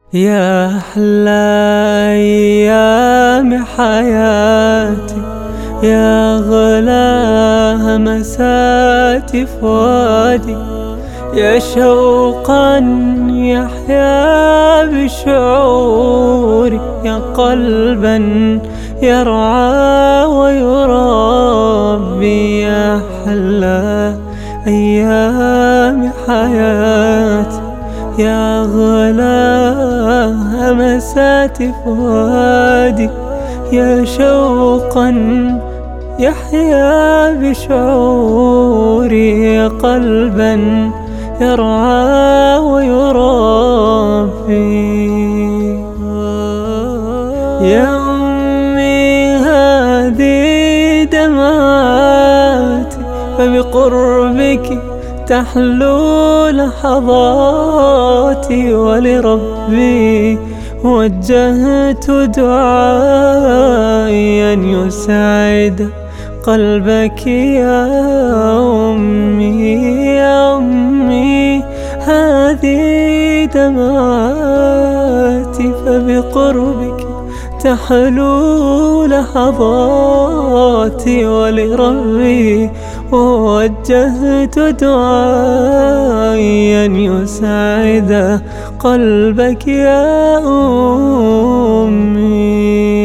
يا أحلى أيام حياتي، يا غلا همسات فؤادي، يا شوقا يحيا بشعوري، يا قلبا يرعى ويربي. يا أحلى أيام حياتي، يا غلا همسات فؤادي، يا شوقا يحيا بشعوري، يا قلبا يرعى ويربي. يا أمي هذه دمعاتي، فبقربك تحلو لحظاتي، ولربي وجهت دعائي أن يسعد قلبك يا أمي. يا أمي هذه دمعاتي، فبقربك تحلو لحظاتي، ولربي ووجهت دعائي أن يسعد قلبك يا أمي.